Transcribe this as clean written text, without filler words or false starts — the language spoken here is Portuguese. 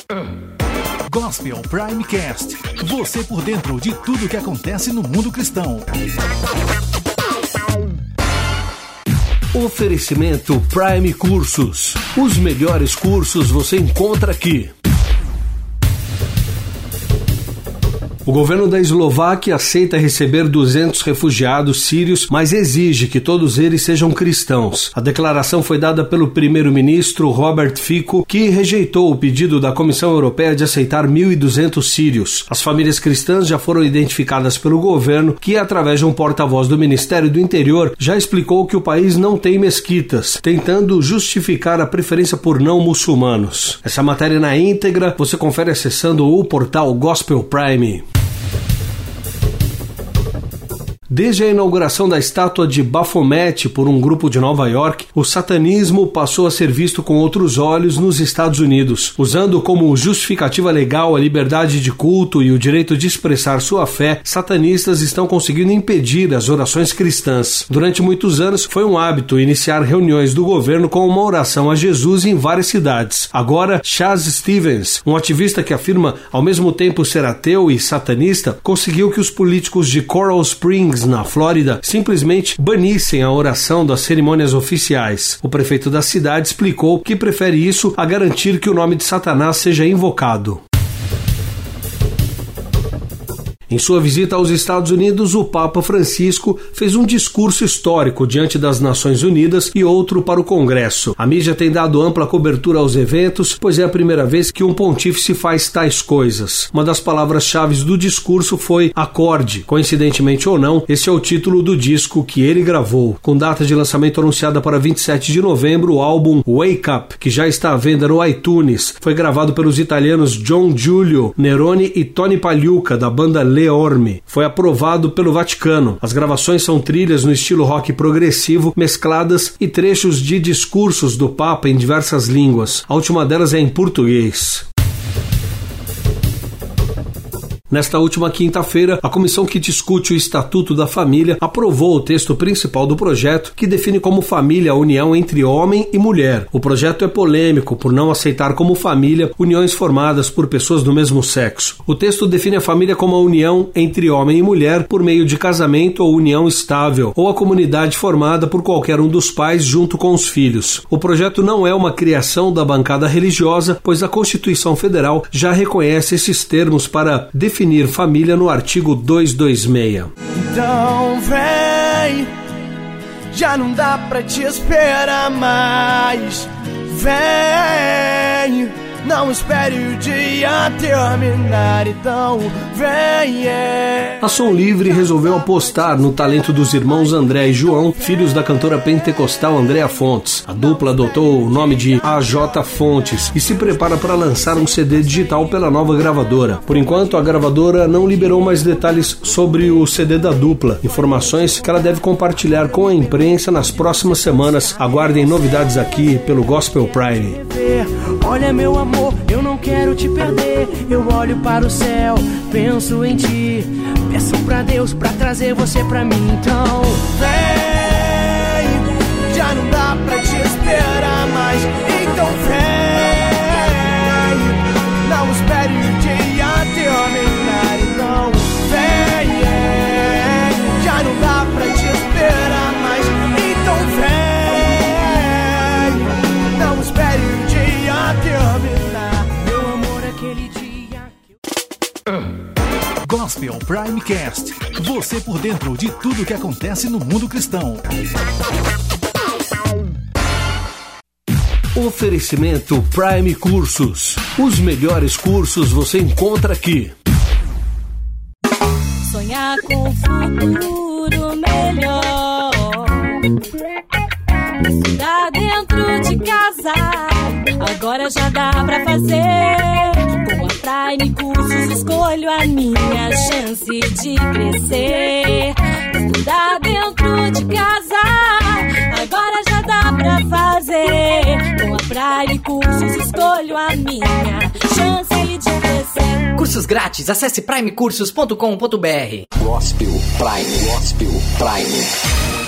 Gospel Primecast. Você por dentro de tudo que acontece no mundo cristão. Oferecimento Prime Cursos. Os melhores cursos você encontra aqui. O governo da Eslováquia aceita receber 200 refugiados sírios, mas exige que todos eles sejam cristãos. A declaração foi dada pelo primeiro-ministro Robert Fico, que rejeitou o pedido da Comissão Europeia de aceitar 1.200 sírios. As famílias cristãs já foram identificadas pelo governo, que, através de um porta-voz do Ministério do Interior, já explicou que o país não tem mesquitas, tentando justificar a preferência por não muçulmanos. Essa matéria na íntegra você confere acessando o portal Gospel Prime. Desde a inauguração da estátua de Baphomet por um grupo de Nova York, o satanismo passou a ser visto com outros olhos nos Estados Unidos. Usando como justificativa legal a liberdade de culto e o direito de expressar sua fé, satanistas estão conseguindo impedir as orações cristãs. Durante muitos anos, foi um hábito iniciar reuniões do governo com uma oração a Jesus em várias cidades. Agora, Chaz Stevens, um ativista que afirma ao mesmo tempo ser ateu e satanista, conseguiu que os políticos de Coral Springs, na Flórida, simplesmente banissem a oração das cerimônias oficiais. O prefeito da cidade explicou que prefere isso a garantir que o nome de Satanás seja invocado. Em sua visita aos Estados Unidos, o Papa Francisco fez um discurso histórico diante das Nações Unidas e outro para o Congresso. A mídia tem dado ampla cobertura aos eventos, pois é a primeira vez que um pontífice faz tais coisas. Uma das palavras-chave do discurso foi acorde. Coincidentemente ou não, esse é o título do disco que ele gravou. Com data de lançamento anunciada para 27 de novembro, o álbum Wake Up, que já está à venda no iTunes, foi gravado pelos italianos John Giulio Neroni e Tony Pagliuca, da banda Leorme. Foi aprovado pelo Vaticano. As gravações são trilhas no estilo rock progressivo, mescladas e trechos de discursos do Papa em diversas línguas. A última delas é em português. Nesta última quinta-feira, a comissão que discute o Estatuto da Família aprovou o texto principal do projeto, que define como família a união entre homem e mulher. O projeto é polêmico por não aceitar como família uniões formadas por pessoas do mesmo sexo. O texto define a família como a união entre homem e mulher por meio de casamento ou união estável, ou a comunidade formada por qualquer um dos pais junto com os filhos. O projeto não é uma criação da bancada religiosa, pois a Constituição Federal já reconhece esses termos para definir família no artigo 226. Então vem, já não dá pra te esperar mais. Vem, não espere o dia terminar, então vem. A Som Livre resolveu apostar no talento dos irmãos André e João, filhos da cantora pentecostal Andréa Fontes. A dupla adotou o nome de AJ Fontes e se prepara para lançar um CD digital pela nova gravadora. Por enquanto, a gravadora não liberou mais detalhes sobre o CD da dupla, informações que ela deve compartilhar com a imprensa nas próximas semanas. Aguardem novidades aqui pelo Gospel Prime. Olha, meu amor, eu não quero te perder. Eu olho para o céu, penso em ti. Peço pra Deus pra trazer você pra mim. Então vem, já não dá pra te esperar mais. Então vem, não espere o dia terminar. Então vem, já não dá pra te esperar mais. Então vem, não espere o dia terminar. Meu amor, aquele dia Gospel Primecast. Você por dentro de tudo que acontece no mundo cristão. Oferecimento Prime Cursos. Os melhores cursos você encontra aqui. Sonhar com um futuro melhor. Estudar dentro de casa, agora já dá pra fazer. Com a Prime Cursos escolho a minha chance de crescer. Estudar dentro de casa, agora já dá pra fazer. Com a Prime Cursos escolho a minha chance de crescer. Cursos grátis, acesse primecursos.com.br. Gospel Prime.